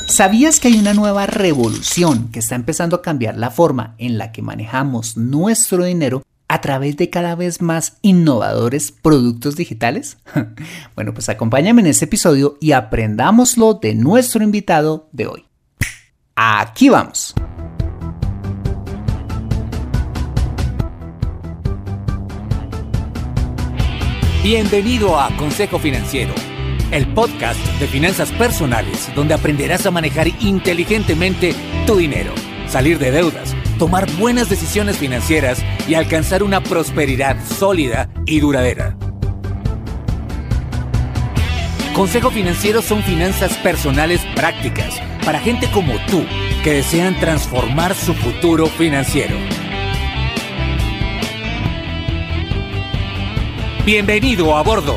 ¿Sabías que hay una nueva revolución que está empezando a cambiar la forma en la que manejamos nuestro dinero a través de cada vez más innovadores productos digitales? Bueno, pues acompáñame en este episodio y aprendámoslo de nuestro invitado de hoy. ¡Aquí vamos! Bienvenido a Consejo Financiero, el podcast de finanzas personales donde aprenderás a manejar inteligentemente tu dinero, salir de deudas, tomar buenas decisiones financieras y alcanzar una prosperidad sólida y duradera. Consejo Financiero son finanzas personales prácticas para gente como tú que desean transformar su futuro financiero. ¡Bienvenido a bordo!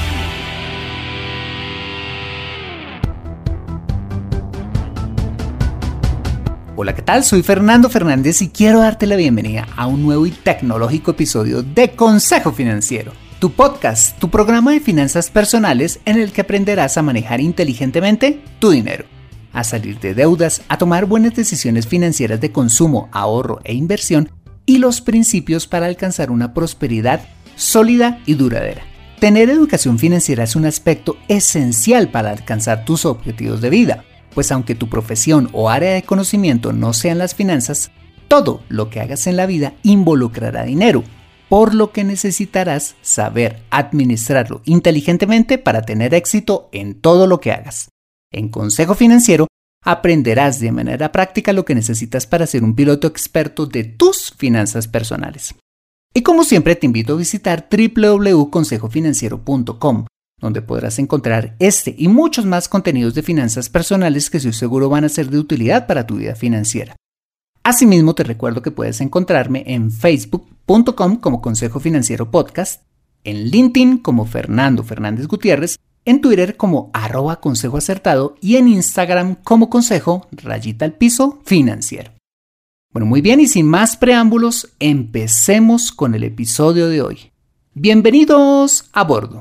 Hola, ¿qué tal? Soy Fernando Fernández y quiero darte la bienvenida a un nuevo y tecnológico episodio de Consejo Financiero, tu podcast, tu programa de finanzas personales en el que aprenderás a manejar inteligentemente tu dinero, a salir de deudas, a tomar buenas decisiones financieras de consumo, ahorro e inversión y los principios para alcanzar una prosperidad sólida y duradera. Tener educación financiera es un aspecto esencial para alcanzar tus objetivos de vida, pues aunque tu profesión o área de conocimiento no sean las finanzas, todo lo que hagas en la vida involucrará dinero, por lo que necesitarás saber administrarlo inteligentemente para tener éxito en todo lo que hagas. En Consejo Financiero aprenderás de manera práctica lo que necesitas para ser un piloto experto de tus finanzas personales. Y como siempre te invito a visitar www.consejofinanciero.com, donde podrás encontrar este y muchos más contenidos de finanzas personales que estoy seguro van a ser de utilidad para tu vida financiera. Asimismo te recuerdo que puedes encontrarme en facebook.com como Consejo Financiero Podcast, en LinkedIn como Fernando Fernández Gutiérrez, en Twitter como @consejoacertado y en Instagram como consejo_financiero. Bueno, muy bien, y sin más preámbulos, empecemos con el episodio de hoy. Bienvenidos a bordo.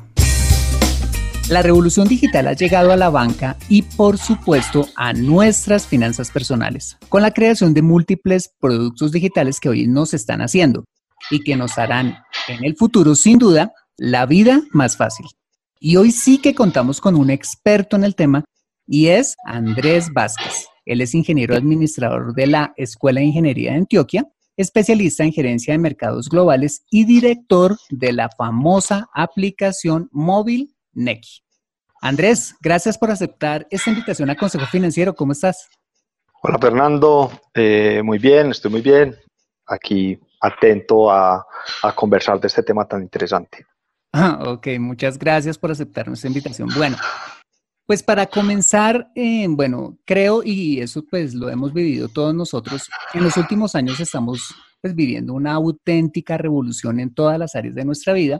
La revolución digital ha llegado a la banca y, por supuesto, a nuestras finanzas personales, con la creación de múltiples productos digitales que hoy nos están haciendo y que nos harán, en el futuro, sin duda, la vida más fácil. Y hoy sí que contamos con un experto en el tema y es Andrés Vázquez. Él es ingeniero administrador de la Escuela de Ingeniería de Antioquia, especialista en gerencia de mercados globales y director de la famosa aplicación móvil Nequi. Andrés, gracias por aceptar esta invitación a Consejo Financiero. ¿Cómo estás? Hola Fernando, muy bien, estoy muy bien. Aquí atento a conversar de este tema tan interesante. Ok, muchas gracias por aceptar nuestra invitación. Bueno, pues para comenzar, creo, y eso pues lo hemos vivido todos nosotros, en los últimos años estamos pues viviendo una auténtica revolución en todas las áreas de nuestra vida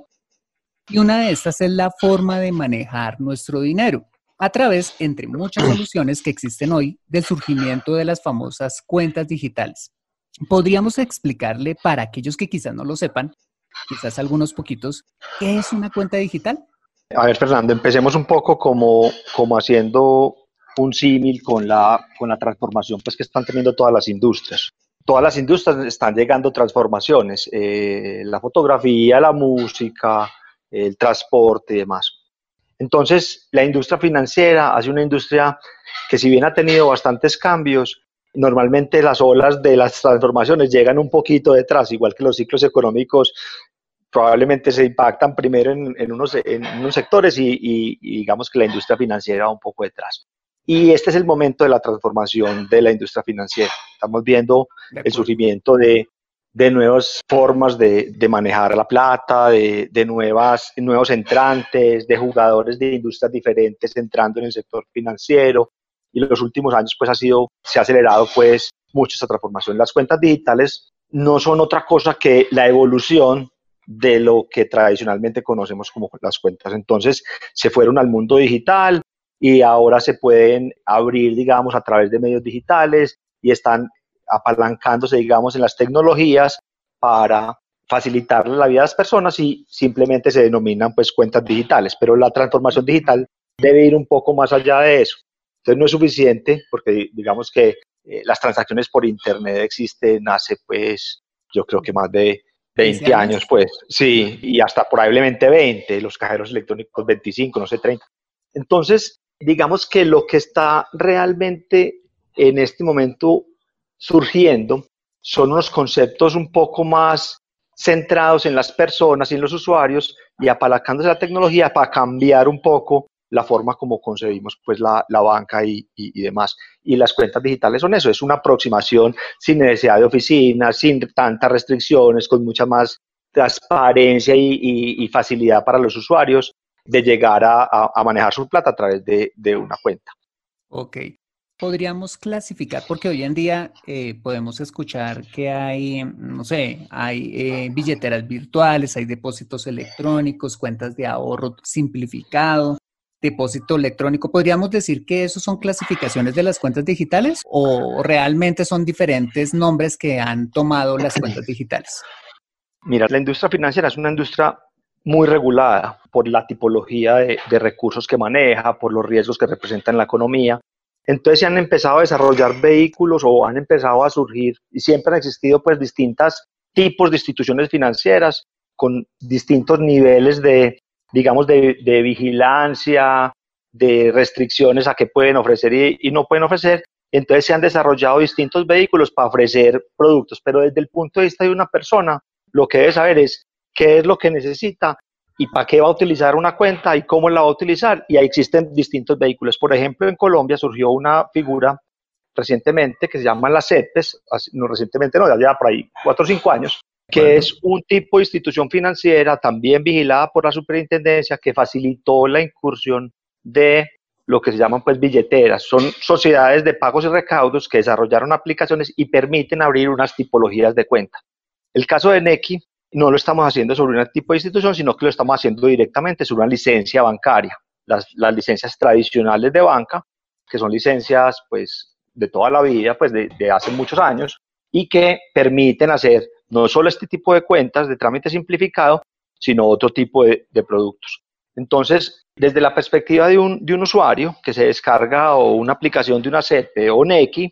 y una de estas es la forma de manejar nuestro dinero a través, entre muchas soluciones que existen hoy, del surgimiento de las famosas cuentas digitales. ¿Podríamos explicarle para aquellos que quizás no lo sepan, quizás algunos poquitos, qué es una cuenta digital? A ver, Fernando, empecemos un poco como haciendo un símil con la transformación pues, que están teniendo todas las industrias. Todas las industrias están llegando transformaciones, la fotografía, la música, el transporte y demás. Entonces, la industria financiera hace una industria que si bien ha tenido bastantes cambios, normalmente las olas de las transformaciones llegan un poquito detrás, igual que los ciclos económicos probablemente se impactan primero en unos sectores y digamos que la industria financiera va un poco detrás. Y este es el momento de la transformación de la industria financiera. Estamos viendo el surgimiento de nuevas formas de manejar la plata, de nuevos entrantes, de jugadores de industrias diferentes entrando en el sector financiero. Y en los últimos años pues se ha acelerado pues mucho esta transformación. Las cuentas digitales no son otra cosa que la evolución de lo que tradicionalmente conocemos como las cuentas. Entonces se fueron al mundo digital y ahora se pueden abrir, digamos, a través de medios digitales y están apalancándose, digamos, en las tecnologías para facilitar la vida a las personas y simplemente se denominan pues cuentas digitales. Pero la transformación digital debe ir un poco más allá de eso. Entonces no es suficiente porque digamos que las transacciones por Internet existen hace pues yo creo que más de 15 20 años. años pues, sí, y hasta probablemente 20, los cajeros electrónicos 25, no sé, 30. Entonces, digamos que lo que está realmente en este momento surgiendo son unos conceptos un poco más centrados en las personas y en los usuarios y apalancándose la tecnología para cambiar un poco la forma como concebimos pues la banca y demás. Y las cuentas digitales son eso, es una aproximación sin necesidad de oficinas, sin tantas restricciones, con mucha más transparencia y facilidad para los usuarios de llegar a manejar su plata a través de una cuenta. Ok. Podríamos clasificar, porque hoy en día podemos escuchar que hay, no sé, hay billeteras virtuales, hay depósitos electrónicos, cuentas de ahorro simplificado, depósito electrónico. ¿Podríamos decir que esos son clasificaciones de las cuentas digitales o realmente son diferentes nombres que han tomado las cuentas digitales? Mira, la industria financiera es una industria muy regulada por la tipología de recursos que maneja, por los riesgos que representa en la economía. Entonces se han empezado a desarrollar vehículos o han empezado a surgir y siempre han existido pues distintos tipos de instituciones financieras con distintos niveles digamos, de vigilancia, de restricciones a qué pueden ofrecer y no pueden ofrecer. Entonces se han desarrollado distintos vehículos para ofrecer productos, pero desde el punto de vista de una persona, lo que debe saber es qué es lo que necesita y para qué va a utilizar una cuenta y cómo la va a utilizar. Y ahí existen distintos vehículos. Por ejemplo, en Colombia surgió una figura recientemente que se llama las CETES, no recientemente, no, ya lleva por ahí 4 o 5 años, que es un tipo de institución financiera también vigilada por la superintendencia que facilitó la incursión de lo que se llaman pues billeteras. Son sociedades de pagos y recaudos que desarrollaron aplicaciones y permiten abrir unas tipologías de cuenta. El caso de Nequi no lo estamos haciendo sobre un tipo de institución, sino que lo estamos haciendo directamente sobre una licencia bancaria. Las licencias tradicionales de banca, que son licencias pues de toda la vida, pues de hace muchos años, y que permiten hacer no solo este tipo de cuentas de trámite simplificado, sino otro tipo de productos. Entonces, desde la perspectiva de un usuario que se descarga o una aplicación de una CETE o Nequi,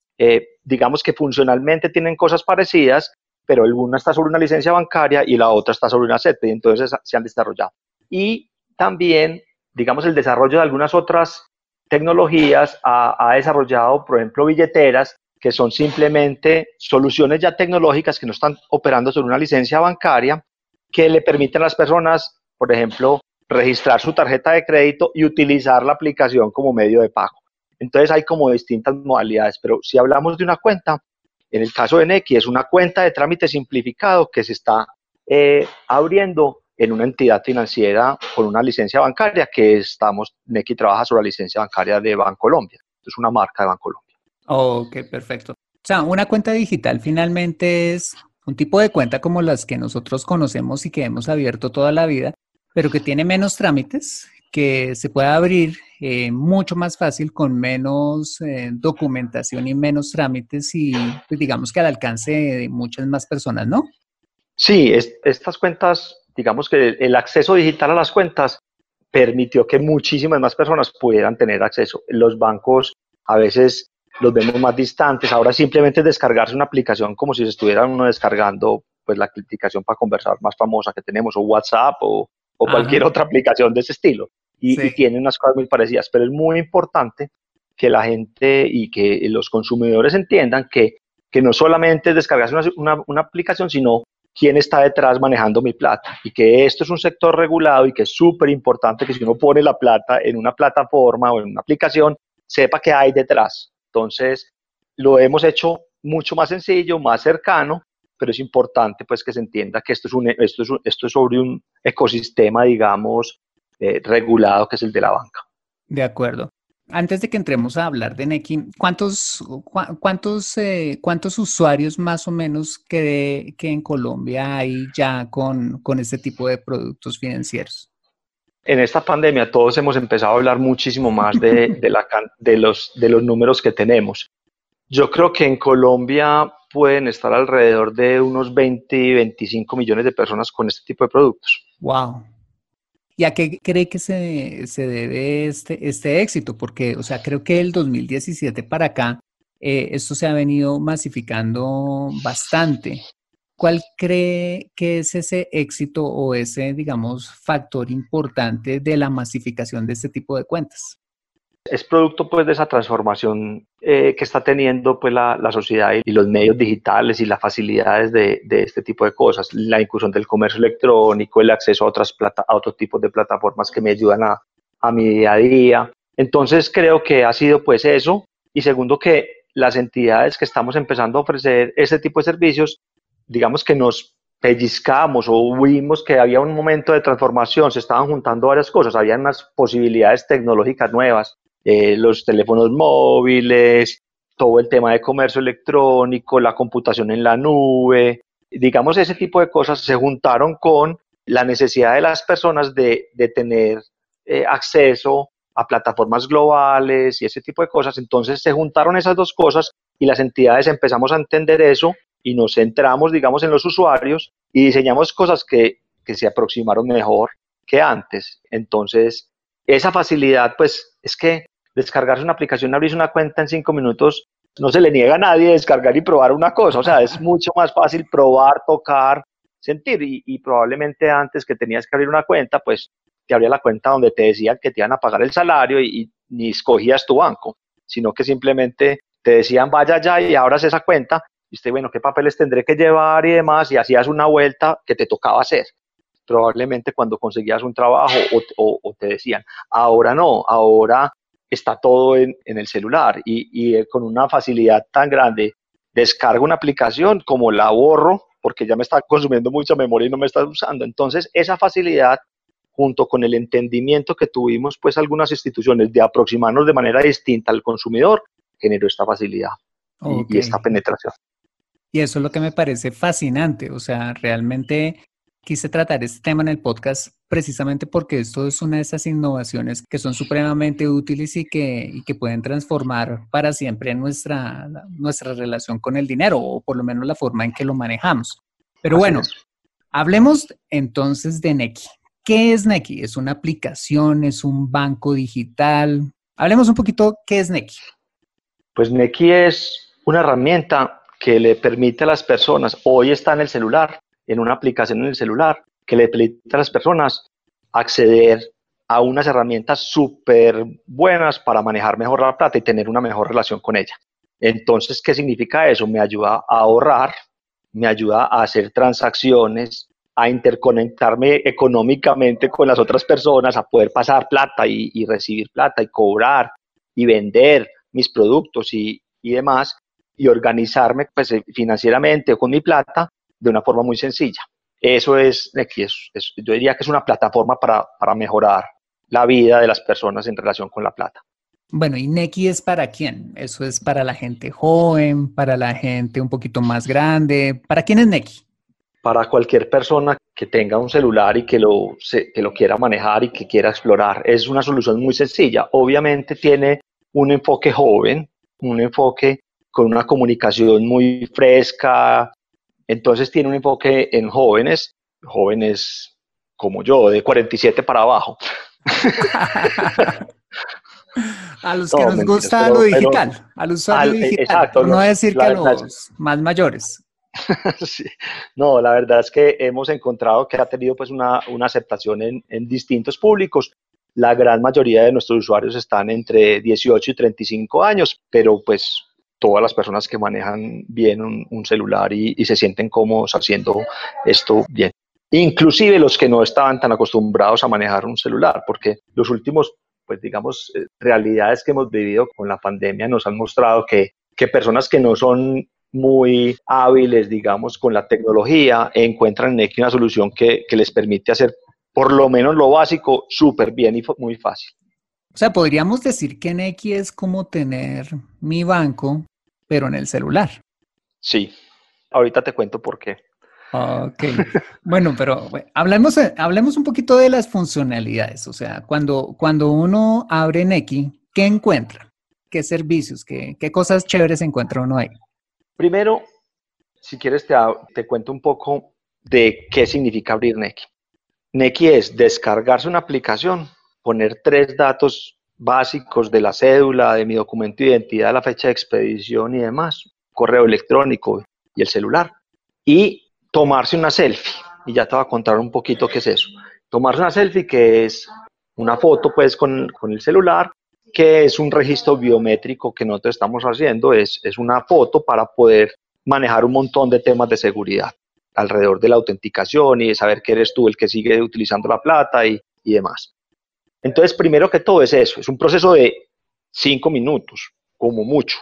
digamos que funcionalmente tienen cosas parecidas, pero una está sobre una licencia bancaria y la otra está sobre una CETE, y entonces se han desarrollado. Y también, digamos, el desarrollo de algunas otras tecnologías ha desarrollado, por ejemplo, billeteras, que son simplemente soluciones ya tecnológicas que no están operando sobre una licencia bancaria, que le permiten a las personas, por ejemplo, registrar su tarjeta de crédito y utilizar la aplicación como medio de pago. Entonces hay como distintas modalidades, pero si hablamos de una cuenta, en el caso de Nequi es una cuenta de trámite simplificado que se está abriendo en una entidad financiera con una licencia bancaria Nequi trabaja sobre la licencia bancaria de Bancolombia, es una marca de Bancolombia. Ok, perfecto. O sea, una cuenta digital finalmente es un tipo de cuenta como las que nosotros conocemos y que hemos abierto toda la vida, pero que tiene menos trámites, que se puede abrir mucho más fácil con menos documentación y menos trámites y pues, digamos que al alcance de muchas más personas, ¿no? Sí, estas cuentas, digamos que el acceso digital a las cuentas permitió que muchísimas más personas pudieran tener acceso. Los bancos a veces los vemos más distantes, ahora simplemente es descargarse una aplicación como si se estuviera uno descargando pues la aplicación para conversar más famosa que tenemos, o WhatsApp o cualquier otra aplicación de ese estilo, y Sí. tiene unas cosas muy parecidas, pero es muy importante que la gente y que los consumidores entiendan que no solamente es descargarse una aplicación, sino quién está detrás manejando mi plata, y que esto es un sector regulado y que es súper importante que si uno pone la plata en una plataforma o en una aplicación, sepa qué hay detrás. Entonces, lo hemos hecho mucho más sencillo, más cercano, pero es importante pues que se entienda que esto es sobre un ecosistema, digamos, regulado, que es el de la banca. De acuerdo. Antes de que entremos a hablar de Nequi, ¿cuántos usuarios más o menos que en Colombia hay ya con este tipo de productos financieros? En esta pandemia todos hemos empezado a hablar muchísimo más de los números que tenemos. Yo creo que en Colombia pueden estar alrededor de unos 20 y 25 millones de personas con este tipo de productos. Wow. ¿Y a qué cree que se debe este éxito? Porque, o sea, creo que el 2017 para acá, esto se ha venido masificando bastante. ¿Cuál cree que es ese éxito o ese, digamos, factor importante de la masificación de este tipo de cuentas? Es producto pues de esa transformación que está teniendo pues la sociedad y los medios digitales y las facilidades de este tipo de cosas, la inclusión del comercio electrónico, el acceso a otros tipos de plataformas que me ayudan a mi día a día. Entonces creo que ha sido pues eso, y segundo que las entidades que estamos empezando a ofrecer este tipo de servicios, digamos que nos pellizcamos o vimos que había un momento de transformación, se estaban juntando varias cosas, había unas posibilidades tecnológicas nuevas, los teléfonos móviles, todo el tema de comercio electrónico, la computación en la nube, digamos ese tipo de cosas se juntaron con la necesidad de las personas de tener acceso a plataformas globales y ese tipo de cosas. Entonces se juntaron esas dos cosas y las entidades empezamos a entender eso y nos centramos, digamos, en los usuarios y diseñamos cosas que se aproximaron mejor que antes. Entonces, esa facilidad, pues, es que descargarse una aplicación, abrirse una cuenta en 5 minutos, no se le niega a nadie descargar y probar una cosa. O sea, es mucho más fácil probar, tocar, sentir. Y probablemente antes que tenías que abrir una cuenta, pues, te abría la cuenta donde te decían que te iban a pagar el salario y ni escogías tu banco, sino que simplemente te decían vaya allá y abras esa cuenta. Y usted, bueno, ¿qué papeles tendré que llevar y demás? Y hacías una vuelta que te tocaba hacer. Probablemente cuando conseguías un trabajo o te decían, ahora no, ahora está todo en el celular y con una facilidad tan grande, descargo una aplicación como la borro porque ya me está consumiendo mucha memoria y no me está usando. Entonces, esa facilidad, junto con el entendimiento que tuvimos, pues algunas instituciones de aproximarnos de manera distinta al consumidor, generó esta facilidad y esta penetración. Y eso es lo que me parece fascinante. O sea, realmente quise tratar este tema en el podcast precisamente porque esto es una de esas innovaciones que son supremamente útiles y que pueden transformar para siempre nuestra relación con el dinero, o por lo menos la forma en que lo manejamos. Pero bueno, hablemos entonces de Nequi. ¿Qué es Nequi? ¿Es una aplicación? ¿Es un banco digital? Hablemos un poquito, ¿qué es Nequi? Pues Nequi es una herramienta que le permite a las personas, hoy está en el celular, en una aplicación en el celular, que le permite a las personas acceder a unas herramientas súper buenas para manejar mejor la plata y tener una mejor relación con ella. Entonces, ¿qué significa eso? Me ayuda a ahorrar, me ayuda a hacer transacciones, a interconectarme económicamente con las otras personas, a poder pasar plata y recibir plata y cobrar y vender mis productos y demás, y organizarme pues, financieramente o con mi plata de una forma muy sencilla. Eso es, yo diría que es una plataforma para mejorar la vida de las personas en relación con la plata. Bueno, ¿y Nequi es para quién? ¿Eso es para la gente joven, para la gente un poquito más grande? ¿Para quién es Nequi? Para cualquier persona que tenga un celular y que lo quiera manejar y que quiera explorar. Es una solución muy sencilla. Obviamente tiene un enfoque joven, un enfoque con una comunicación muy fresca. Entonces tiene un enfoque en jóvenes como yo, de 47 para abajo. A los que nos gusta lo digital, al usuario digital, exacto, por no decir que a los más mayores. Sí. No, la verdad es que hemos encontrado que ha tenido pues una aceptación en distintos públicos. La gran mayoría de nuestros usuarios están entre 18 y 35 años, pero pues todas las personas que manejan bien un celular y se sienten cómodos haciendo esto bien. Inclusive los que no estaban tan acostumbrados a manejar un celular, porque los últimos, pues digamos, realidades que hemos vivido con la pandemia nos han mostrado que personas que no son muy hábiles, digamos, con la tecnología, encuentran en Nequi una solución que les permite hacer por lo menos lo básico súper bien y muy fácil. O sea, podríamos decir que Nequi es como tener mi banco, pero en el celular. Sí, ahorita te cuento por qué. Ok, bueno, pero hablemos un poquito de las funcionalidades. O sea, cuando uno abre Nequi, ¿qué encuentra? ¿Qué servicios? ¿Qué cosas chéveres encuentra uno ahí? Primero, si quieres te cuento un poco de qué significa abrir Nequi. Nequi es descargarse una aplicación, poner 3 datos básicos de la cédula, de mi documento de identidad, la fecha de expedición y demás, correo electrónico y el celular, y tomarse una selfie. Y ya te voy a contar un poquito qué es eso. Tomarse una selfie, que es una foto pues con el celular, que es un registro biométrico que nosotros estamos haciendo, es una foto para poder manejar un montón de temas de seguridad alrededor de la autenticación y de saber que eres tú el que sigue utilizando la plata y demás. Entonces, primero que todo es eso, es un proceso de 5 minutos, como mucho.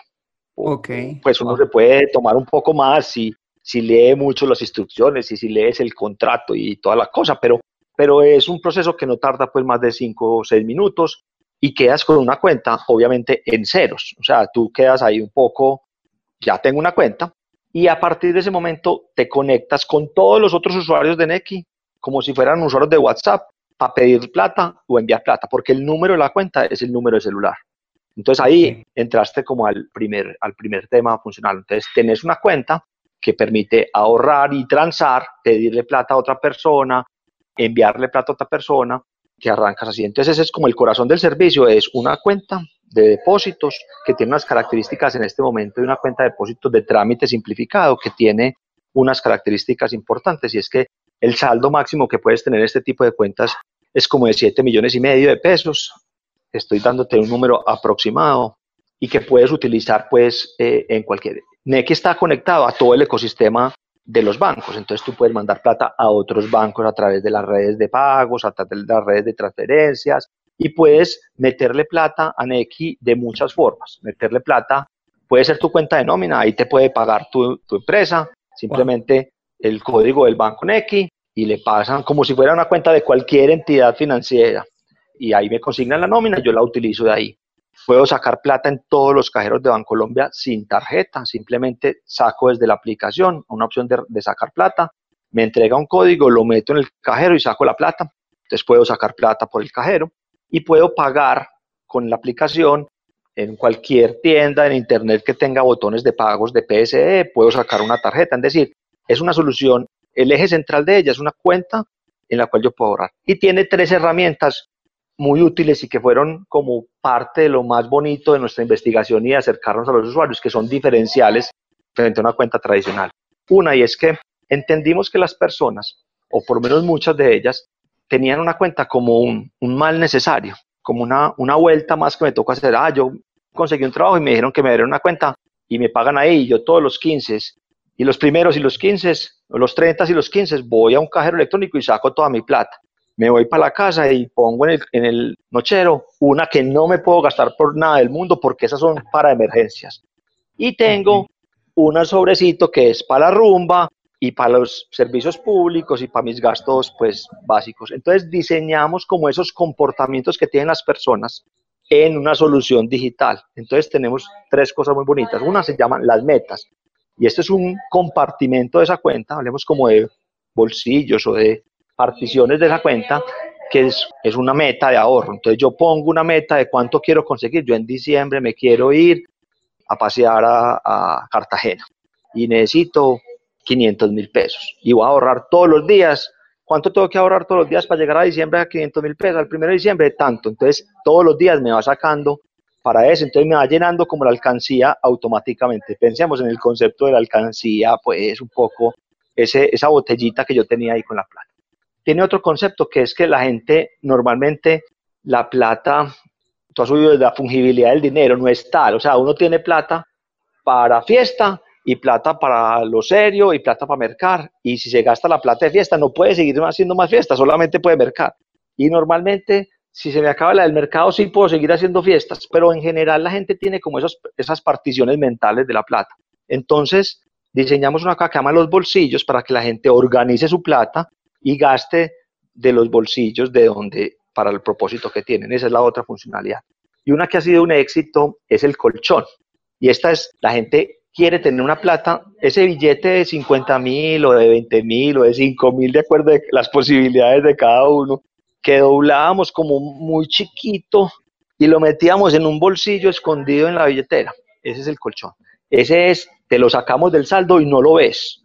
Okay. Pues uno se puede tomar un poco más si lee mucho las instrucciones y si lees el contrato y toda la cosa, pero es un proceso que no tarda pues más de 5 o 6 minutos y quedas con una cuenta, obviamente, en ceros. O sea, tú quedas ahí un poco, ya tengo una cuenta, y a partir de ese momento te conectas con todos los otros usuarios de Nequi, como si fueran usuarios de WhatsApp, para pedir plata o enviar plata, porque el número de la cuenta es el número de celular. Entonces ahí entraste como al primer tema funcional. Entonces tenés una cuenta que permite ahorrar y transar, pedirle plata a otra persona, enviarle plata a otra persona, que arrancas así. Entonces ese es como el corazón del servicio, es una cuenta de depósitos que tiene unas características en este momento de una cuenta de depósitos de trámite simplificado que tiene unas características importantes, y es que el saldo máximo que puedes tener en este tipo de cuentas es como de 7,5 millones de pesos. Estoy dándote un número aproximado y que puedes utilizar pues en cualquier. Nequi está conectado a todo el ecosistema de los bancos, entonces tú puedes mandar plata a otros bancos a través de las redes de pagos, a través de las redes de transferencias, y puedes meterle plata a Nequi de muchas formas. Meterle plata puede ser tu cuenta de nómina, ahí te puede pagar tu empresa, simplemente el código del banco Nequi, y le pasan como si fuera una cuenta de cualquier entidad financiera, y ahí me consignan la nómina, yo la utilizo de ahí. Puedo sacar plata en todos los cajeros de Bancolombia sin tarjeta, simplemente saco desde la aplicación una opción de sacar plata, me entrega un código, lo meto en el cajero y saco la plata. Entonces puedo sacar plata por el cajero y puedo pagar con la aplicación en cualquier tienda en internet que tenga botones de pagos de PSE, puedo sacar una tarjeta. Es decir, es una solución, el eje central de ella es una cuenta en la cual yo puedo ahorrar. Y tiene 3 herramientas muy útiles y que fueron como parte de lo más bonito de nuestra investigación y de acercarnos a los usuarios, que son diferenciales frente a una cuenta tradicional. Una, y es que entendimos que las personas, o por lo menos muchas de ellas, tenían una cuenta como un mal necesario, como una vuelta más que me toca hacer. Yo conseguí un trabajo y me dijeron que me dieron una cuenta y me pagan ahí, y yo todos los 15 y los primeros y los 15, o los 30 y los 15, voy a un cajero electrónico y saco toda mi plata. Me voy para la casa y pongo en el nochero una que no me puedo gastar por nada del mundo, porque esas son para emergencias. Y tengo un sobrecito que es para la rumba y para los servicios públicos y para mis gastos pues básicos. Entonces diseñamos como esos comportamientos que tienen las personas en una solución digital. Entonces tenemos 3 cosas muy bonitas. Una se llaman las metas, y este es un compartimento de esa cuenta, hablemos como de bolsillos o de particiones de esa cuenta, que es una meta de ahorro. Entonces yo pongo una meta de cuánto quiero conseguir. Yo en diciembre me quiero ir a pasear a Cartagena y necesito 500,000 pesos y voy a ahorrar todos los días. ¿Cuánto tengo que ahorrar todos los días para llegar a diciembre a 500,000 pesos? Al 1 de diciembre, tanto. Entonces todos los días me va sacando para eso, entonces me va llenando como la alcancía automáticamente. Pensemos en el concepto de la alcancía, pues un poco esa botellita que yo tenía ahí con la plata. Tiene otro concepto, que es que la gente normalmente la plata, tú has oído de la fungibilidad del dinero, no es tal. O sea, uno tiene plata para fiesta y plata para lo serio y plata para mercar, y si se gasta la plata de fiesta no puede seguir haciendo más fiestas, solamente puede mercar. Y normalmente, si se me acaba la del mercado, sí puedo seguir haciendo fiestas, pero en general la gente tiene como esas particiones mentales de la plata. Entonces diseñamos una cosa que llama los bolsillos, para que la gente organice su plata y gaste de los bolsillos para el propósito que tienen. Esa es la otra funcionalidad. Y una que ha sido un éxito es el colchón. Y esta es, la gente quiere tener una plata, ese billete de 50,000 o de 20,000 o de 5,000, de acuerdo a las posibilidades de cada uno, que doblábamos como muy chiquito y lo metíamos en un bolsillo escondido en la billetera. Ese es el colchón. Ese es, te lo sacamos del saldo y no lo ves.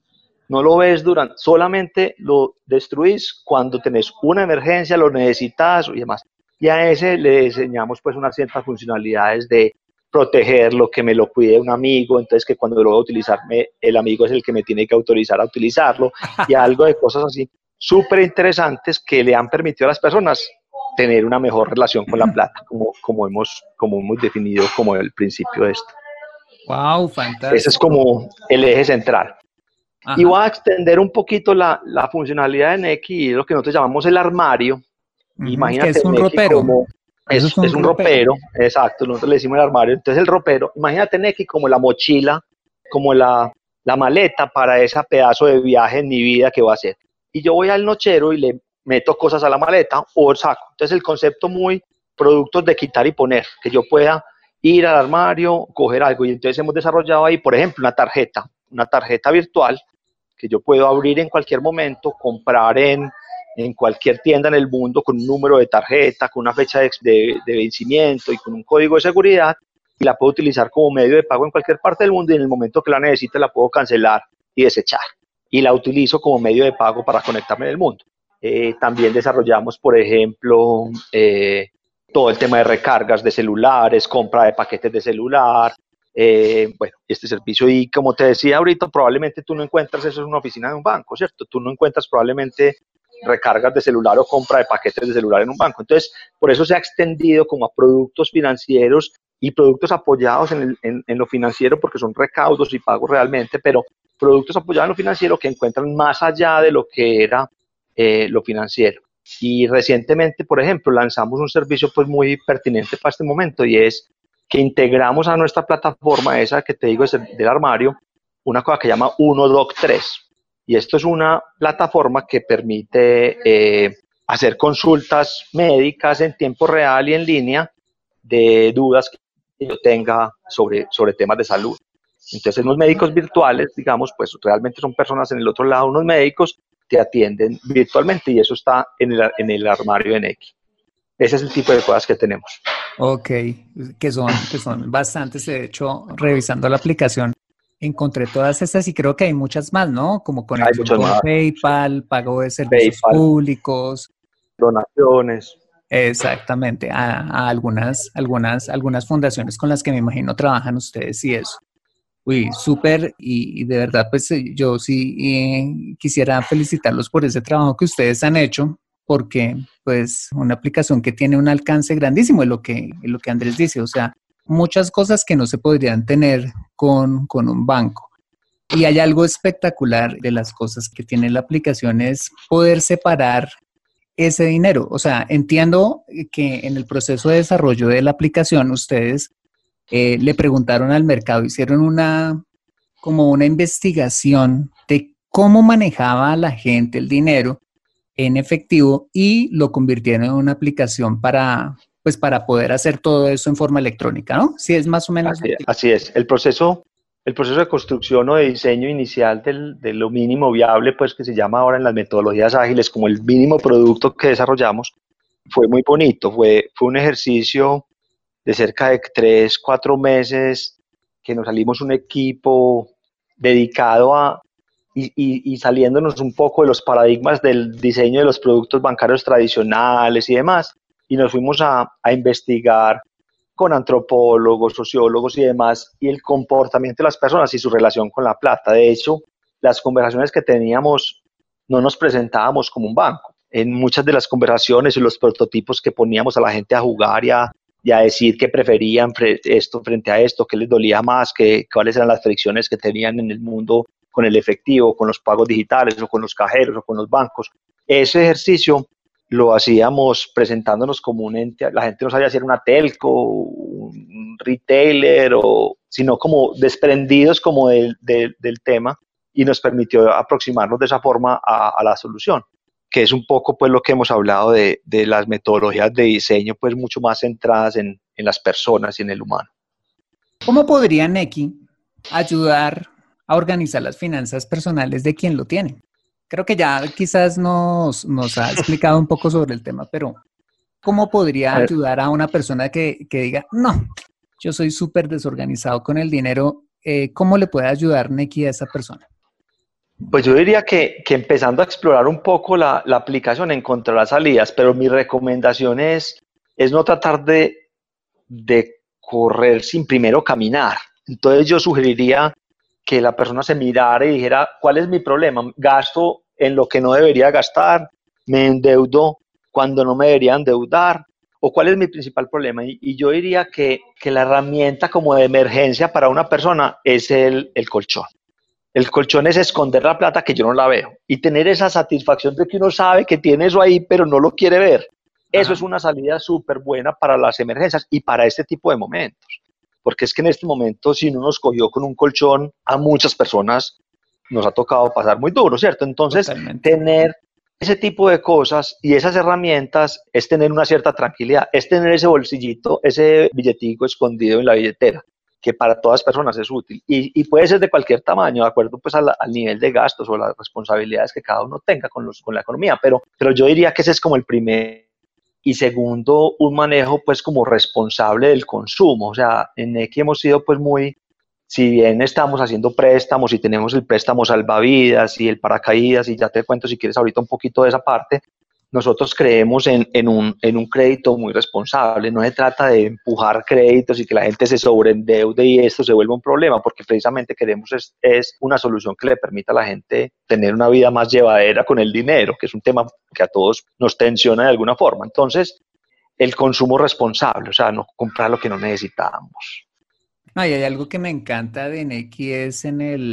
No lo ves solamente lo destruís cuando tenés una emergencia, lo necesitas y demás. Y a ese le diseñamos pues unas ciertas funcionalidades de protegerlo, que me lo cuide un amigo, entonces que cuando lo voy a utilizar, el amigo es el que me tiene que autorizar a utilizarlo, y algo de cosas así súper interesantes que le han permitido a las personas tener una mejor relación con la plata, como hemos definido como el principio de esto. Wow, Ese es fantástico. como el eje central. Ajá. Y voy a extender un poquito la funcionalidad de Nequi, y lo que nosotros llamamos el armario. Que Imagínate es un Nequi ropero. como Eso es un es un ropero. ropero, exacto, nosotros le decimos el armario. Entonces el ropero, imagínate Nequi como la mochila, como la maleta para ese pedazo de viaje en mi vida que voy a hacer. Y yo voy al nochero y le meto cosas a la maleta o saco. Entonces el concepto muy productos de quitar y poner, que yo pueda ir al armario, coger algo. Y entonces hemos desarrollado ahí, por ejemplo, una tarjeta virtual que yo puedo abrir en cualquier momento, comprar en cualquier tienda en el mundo con un número de tarjeta, con una fecha de vencimiento y con un código de seguridad, y la puedo utilizar como medio de pago en cualquier parte del mundo, y en el momento que la necesite la puedo cancelar y desechar. Y la utilizo como medio de pago para conectarme en el mundo. También desarrollamos, por ejemplo, todo el tema de recargas de celulares, compra de paquetes de celular, bueno, este servicio. Y como te decía ahorita, probablemente tú no encuentras eso en una oficina de un banco, ¿cierto? Tú no encuentras probablemente recargas de celular o compra de paquetes de celular en un banco. Entonces, por eso se ha extendido como a productos financieros y productos apoyados en lo financiero, porque son recaudos y pagos realmente, pero productos apoyados en lo financiero que encuentran más allá de lo que era lo financiero. Y recientemente, por ejemplo, lanzamos un servicio pues muy pertinente para este momento, y es que integramos a nuestra plataforma, esa que te digo es del armario, una cosa que se llama UnoDoc 3. Y esto es una plataforma que permite hacer consultas médicas en tiempo real y en línea de dudas que yo tenga sobre temas de salud. Entonces, unos médicos virtuales, digamos, pues realmente son personas en el otro lado, unos médicos te atienden virtualmente, y eso está en el armario de Nequi. Ese es el tipo de cosas que tenemos. Ok, que son bastantes. De hecho, revisando la aplicación, encontré todas estas y creo que hay muchas más, ¿no? Como Hay conexión muchos con más. PayPal, pago de servicios PayPal, públicos. donaciones. Exactamente, a algunas fundaciones con las que me imagino trabajan ustedes y eso. Uy, súper, y de verdad, pues yo sí quisiera felicitarlos por ese trabajo que ustedes han hecho, porque pues una aplicación que tiene un alcance grandísimo, es lo que Andrés dice, o sea, muchas cosas que no se podrían tener con un banco. Y hay algo espectacular de las cosas que tiene la aplicación, es poder separar ese dinero. O sea, entiendo que en el proceso de desarrollo de la aplicación ustedes le preguntaron al mercado, hicieron como una investigación de cómo manejaba la gente el dinero en efectivo y lo convirtieron en una aplicación pues para poder hacer todo eso en forma electrónica, ¿no? Sí, es más o menos. Así es. El proceso de construcción o de diseño inicial de lo mínimo viable, pues que se llama ahora en las metodologías ágiles como el mínimo producto que desarrollamos, fue muy bonito. Fue un ejercicio de cerca de 3, 4 meses que nos salimos un equipo dedicado y saliéndonos un poco de los paradigmas del diseño de los productos bancarios tradicionales y demás, y nos fuimos a investigar con antropólogos, sociólogos y demás, y el comportamiento de las personas y su relación con la plata. De hecho, las conversaciones que teníamos no nos presentábamos como un banco. En muchas de las conversaciones y los prototipos que poníamos a la gente a jugar y a decir qué preferían esto frente a esto, qué les dolía más, cuáles eran las fricciones que tenían en el mundo con el efectivo, con los pagos digitales o con los cajeros o con los bancos. Ese ejercicio lo hacíamos presentándonos como un ente. La gente no sabía si era una telco, un retailer, sino como desprendidos como del tema, y nos permitió aproximarnos de esa forma a la solución, que es un poco pues lo que hemos hablado de las metodologías de diseño pues mucho más centradas en las personas y en el humano. ¿Cómo podría Nequi ayudar a organizar las finanzas personales de quien lo tiene? Creo que ya quizás nos ha explicado un poco sobre el tema, pero ¿cómo podría ayudar a una persona que diga, no, yo soy súper desorganizado con el dinero? ¿Cómo le puede ayudar Nequi a esa persona? Pues yo diría que empezando a explorar un poco la aplicación encontrará salidas, pero mi recomendación es no tratar de correr sin primero caminar. Entonces yo sugeriría que la persona se mirara y dijera, ¿cuál es mi problema? ¿Gasto en lo que no debería gastar? ¿Me endeudo cuando no me debería endeudar? ¿O cuál es mi principal problema? Y yo diría que la herramienta como de emergencia para una persona es el colchón. El colchón es esconder la plata que yo no la veo y tener esa satisfacción de que uno sabe que tiene eso ahí, pero no lo quiere ver. Eso Ajá. es una salida súper buena para las emergencias y para este tipo de momentos. Porque es que en este momento, si uno nos cogió con un colchón, a muchas personas nos ha tocado pasar muy duro, ¿cierto? Entonces, Totalmente. tener ese tipo de cosas y esas herramientas es tener una cierta tranquilidad, es tener ese bolsillito, ese billetico escondido en la billetera, que para todas personas es útil y puede ser de cualquier tamaño, de acuerdo pues al nivel de gastos o las responsabilidades que cada uno tenga con la economía, pero yo diría que ese es como el primer. Y segundo, un manejo pues como responsable del consumo. O sea, en Nequi hemos sido pues muy, si bien estamos haciendo préstamos y tenemos el préstamo salvavidas y el paracaídas, y ya te cuento si quieres ahorita un poquito de esa parte, nosotros creemos en un crédito muy responsable. No se trata de empujar créditos y que la gente se sobreendeude y esto se vuelva un problema, porque precisamente queremos es una solución que le permita a la gente tener una vida más llevadera con el dinero, que es un tema que a todos nos tensiona de alguna forma. Entonces, el consumo responsable, o sea, no comprar lo que no necesitamos. No, y hay algo que me encanta de Nequi es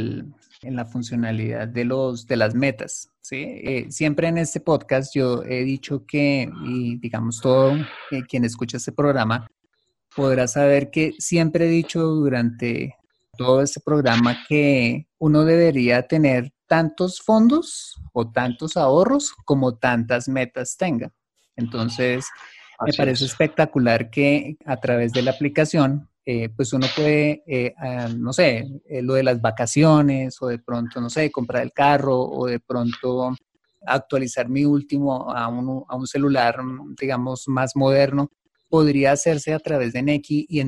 en la funcionalidad de las metas, ¿sí? Siempre en este podcast yo he dicho que, y digamos todo quien escucha este programa podrá saber que siempre he dicho durante todo este programa que uno debería tener tantos fondos o tantos ahorros como tantas metas tenga. Entonces, me Así parece es. espectacular que a través de la aplicación, pues uno puede, no sé, lo de las vacaciones o de pronto, no sé, comprar el carro o de pronto actualizar mi último a un celular, digamos, más moderno, podría hacerse a través de Nequi y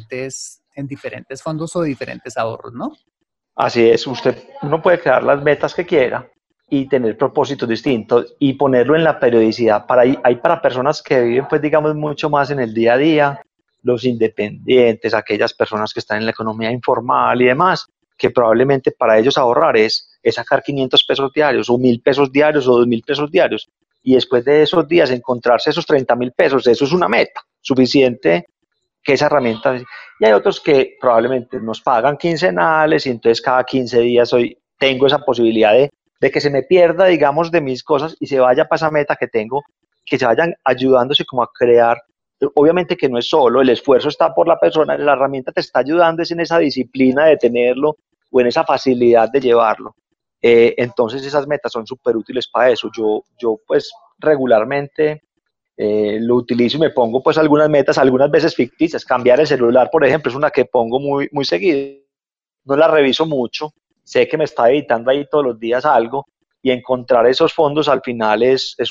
en diferentes fondos o diferentes ahorros, ¿no? Así es, uno puede crear las metas que quiera y tener propósitos distintos y ponerlo en la periodicidad. Hay para personas que viven, pues digamos, mucho más en el día a día, los independientes, aquellas personas que están en la economía informal y demás, que probablemente para ellos ahorrar es sacar 500 pesos diarios o 1.000 pesos diarios o 2.000 pesos diarios. Y después de esos días encontrarse esos 30.000 pesos, eso es una meta suficiente que esa herramienta. Y hay otros que probablemente nos pagan quincenales y entonces cada 15 días hoy tengo esa posibilidad de que se me pierda, digamos, de mis cosas y se vaya para esa meta que tengo, que se vayan ayudándose como a crear. Obviamente que no es solo, el esfuerzo está por la persona, la herramienta te está ayudando es en esa disciplina de tenerlo o en esa facilidad de llevarlo. Entonces esas metas son súper útiles para eso. Yo pues regularmente lo utilizo y me pongo pues algunas metas, algunas veces ficticias. Cambiar el celular, por ejemplo, es una que pongo muy, muy seguido. No la reviso mucho, sé que me está editando ahí todos los días algo y encontrar esos fondos al final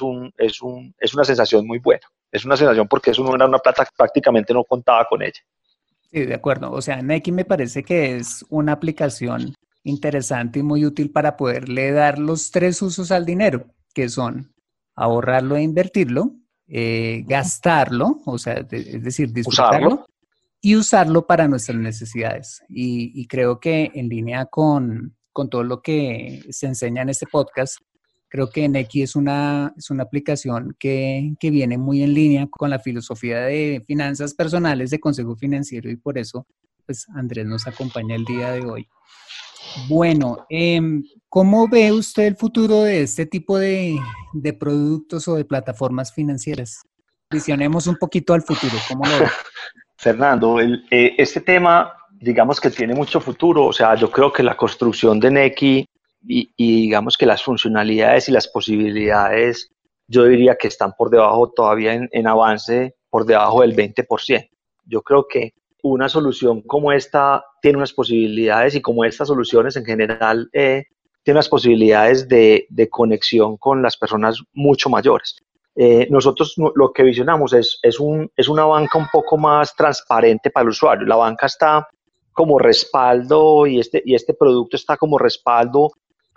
es una sensación muy buena. Es una sensación porque eso no era una plata, prácticamente no contaba con ella. Sí, de acuerdo. O sea, Nequi me parece que es una aplicación interesante y muy útil para poderle dar los tres usos al dinero, que son ahorrarlo e invertirlo, gastarlo, o sea, es decir, disfrutarlo Usarlo. y usarlo para nuestras necesidades. Y creo que en línea con todo lo que se enseña en este podcast, creo que Nequi es una aplicación que viene muy en línea con la filosofía de finanzas personales de Consejo Financiero y por eso, pues, Andrés nos acompaña el día de hoy. Bueno, ¿cómo ve usted el futuro de este tipo de productos o de plataformas financieras? Visionemos un poquito al futuro, ¿cómo lo ve? Fernando, este tema, digamos que tiene mucho futuro. O sea, yo creo que la construcción de Nequi y digamos que las funcionalidades y las posibilidades, yo diría que están por debajo todavía en avance, por debajo del 20%. Yo creo que una solución como esta tiene unas posibilidades y como estas soluciones en general tiene unas posibilidades de conexión con las personas mucho mayores. Nosotros lo que visionamos es una banca un poco más transparente para el usuario. La banca está como respaldo y este producto está como respaldo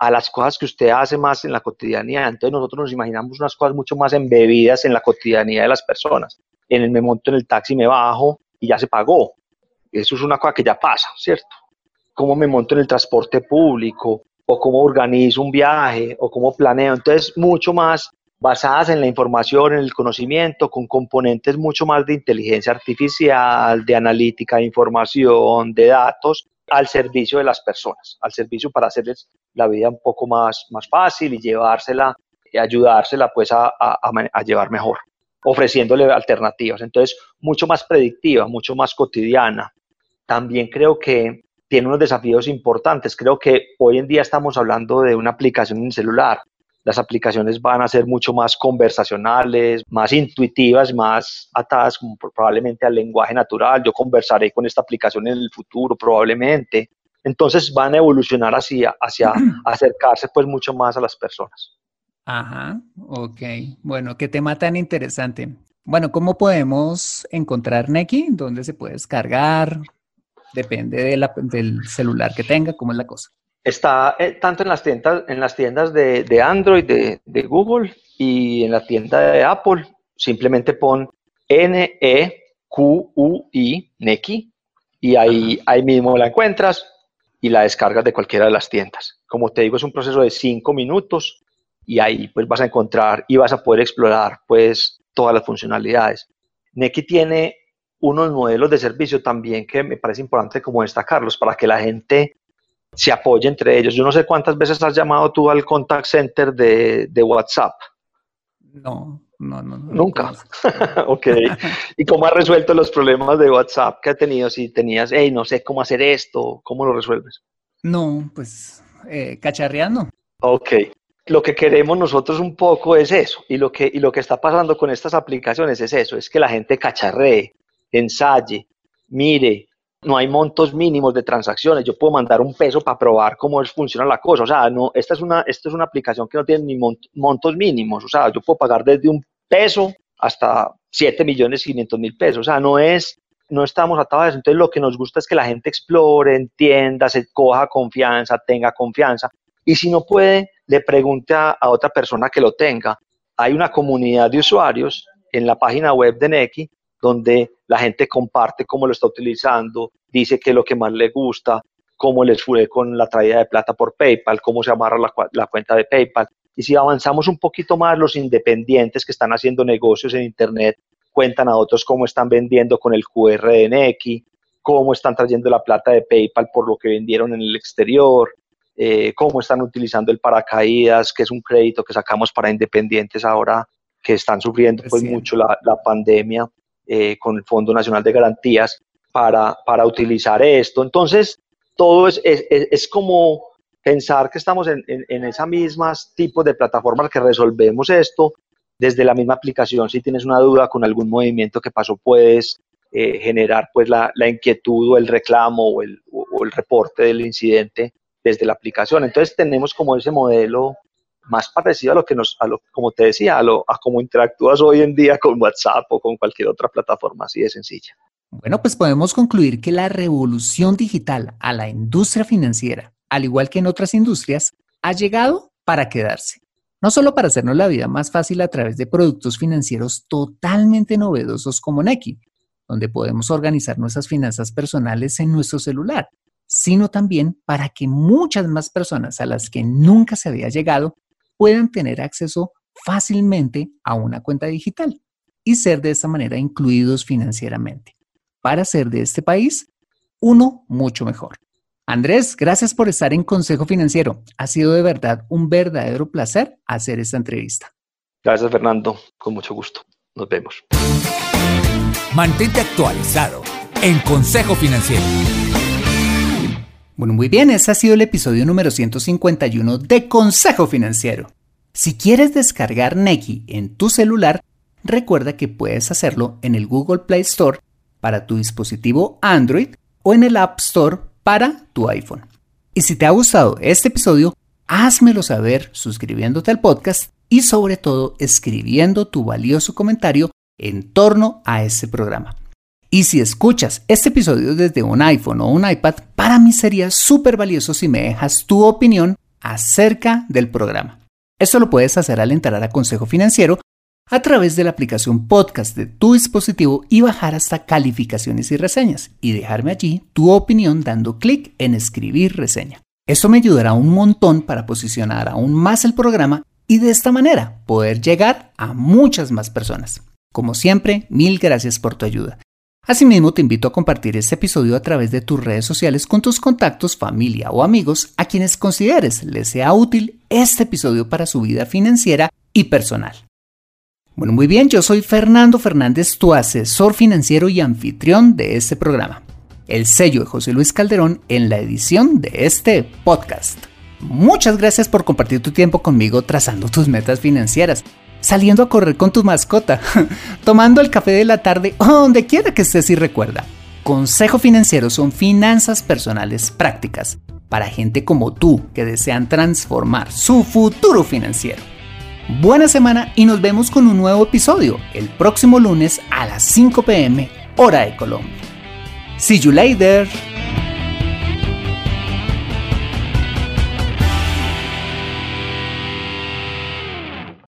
a las cosas que usted hace más en la cotidianidad. Entonces nosotros nos imaginamos unas cosas mucho más embebidas en la cotidianidad de las personas. Me monto en el taxi, me bajo y ya se pagó. Eso es una cosa que ya pasa, ¿cierto? Cómo me monto en el transporte público, o cómo organizo un viaje, o cómo planeo. Entonces, mucho más basadas en la información, en el conocimiento, con componentes mucho más de inteligencia artificial, de analítica de información, de datos, al servicio de las personas, al servicio para hacerles la vida un poco más fácil y llevársela, y ayudársela pues a llevar mejor, ofreciéndole alternativas. Entonces, mucho más predictiva, mucho más cotidiana. También creo que tiene unos desafíos importantes. Creo que hoy en día estamos hablando de una aplicación en el celular. Las aplicaciones van a ser mucho más conversacionales, más intuitivas, más atadas como probablemente al lenguaje natural. Yo conversaré con esta aplicación en el futuro probablemente. Entonces van a evolucionar hacia acercarse pues mucho más a las personas. Ajá, ok. Bueno, qué tema tan interesante. Bueno, ¿cómo podemos encontrar Nequi? ¿Dónde se puede descargar? Depende del celular que tenga, ¿cómo es la cosa? Está tanto en las tiendas de Android, de Google, y en la tienda de Apple. Simplemente pon NEQUI, Nequi, y ahí mismo la encuentras y la descargas de cualquiera de las tiendas. Como te digo, es un proceso de 5 minutos y ahí pues vas a encontrar y vas a poder explorar pues todas las funcionalidades. Nequi tiene unos modelos de servicio también que me parece importante como destacarlos para que la gente se apoye entre ellos. Yo no sé cuántas veces has llamado tú al contact center de WhatsApp. No. Nunca. Ok. ¿Y cómo has resuelto los problemas de WhatsApp que has tenido? Si tenías, hey, no sé cómo hacer esto, ¿cómo lo resuelves? No, pues cacharreando. Ok. Lo que queremos nosotros un poco es eso. Y lo que está pasando con estas aplicaciones es eso, es que la gente cacharree, ensaye, mire. No hay montos mínimos de transacciones. Yo puedo mandar $1 para probar cómo funciona la cosa. O sea, no, esta es una aplicación que no tiene ni montos mínimos. O sea, yo puedo pagar desde $1 hasta 7.500.000 pesos. O sea, no estamos atados a eso. Entonces, lo que nos gusta es que la gente explore, entienda, se coja confianza, tenga confianza. Y si no puede, le pregunte a otra persona que lo tenga. Hay una comunidad de usuarios en la página web de Nequi donde la gente comparte cómo lo está utilizando, dice qué es lo que más le gusta, cómo les fue con la traída de plata por PayPal, cómo se amarra la cuenta de PayPal. Y si avanzamos un poquito más, los independientes que están haciendo negocios en Internet cuentan a otros cómo están vendiendo con el QR de Nequi, cómo están trayendo la plata de PayPal por lo que vendieron en el exterior, cómo están utilizando el paracaídas, que es un crédito que sacamos para independientes ahora que están sufriendo pues mucho la pandemia. Con el Fondo Nacional de Garantías para utilizar esto. Entonces, todo es como pensar que estamos en esas mismas tipos de plataformas que resolvemos esto desde la misma aplicación. Si tienes una duda con algún movimiento que pasó, puedes generar pues la inquietud o el reclamo o el reporte del incidente desde la aplicación. Entonces, tenemos como ese modelo más parecido a como te decía, a cómo interactúas hoy en día con WhatsApp o con cualquier otra plataforma así de sencilla. Bueno, pues podemos concluir que la revolución digital a la industria financiera, al igual que en otras industrias, ha llegado para quedarse. No solo para hacernos la vida más fácil a través de productos financieros totalmente novedosos como Nequi, donde podemos organizar nuestras finanzas personales en nuestro celular, sino también para que muchas más personas a las que nunca se había llegado puedan tener acceso fácilmente a una cuenta digital y ser de esta manera incluidos financieramente, para hacer de este país uno mucho mejor. Andrés, gracias por estar en Consejo Financiero. Ha sido de verdad un verdadero placer hacer esta entrevista. Gracias, Fernando. Con mucho gusto. Nos vemos. Mantente actualizado en Consejo Financiero. Bueno, muy bien, ese ha sido el episodio número 151 de Consejo Financiero. Si quieres descargar Nequi en tu celular, recuerda que puedes hacerlo en el Google Play Store para tu dispositivo Android o en el App Store para tu iPhone. Y si te ha gustado este episodio, házmelo saber suscribiéndote al podcast y sobre todo escribiendo tu valioso comentario en torno a este programa. Y si escuchas este episodio desde un iPhone o un iPad, para mí sería súper valioso si me dejas tu opinión acerca del programa. Esto lo puedes hacer al entrar a Consejo Financiero a través de la aplicación podcast de tu dispositivo y bajar hasta calificaciones y reseñas y dejarme allí tu opinión dando clic en escribir reseña. Esto me ayudará un montón para posicionar aún más el programa y de esta manera poder llegar a muchas más personas. Como siempre, mil gracias por tu ayuda. Asimismo, te invito a compartir este episodio a través de tus redes sociales con tus contactos, familia o amigos a quienes consideres les sea útil este episodio para su vida financiera y personal. Bueno, muy bien, yo soy Fernando Fernández, tu asesor financiero y anfitrión de este programa. El sello de José Luis Calderón en la edición de este podcast. Muchas gracias por compartir tu tiempo conmigo trazando tus metas financieras, saliendo a correr con tu mascota, tomando el café de la tarde o donde quiera que estés y recuerda. Consejo Financiero son finanzas personales prácticas para gente como tú que desean transformar su futuro financiero. Buena semana y nos vemos con un nuevo episodio el próximo lunes a las 5 p.m. hora de Colombia. See you later.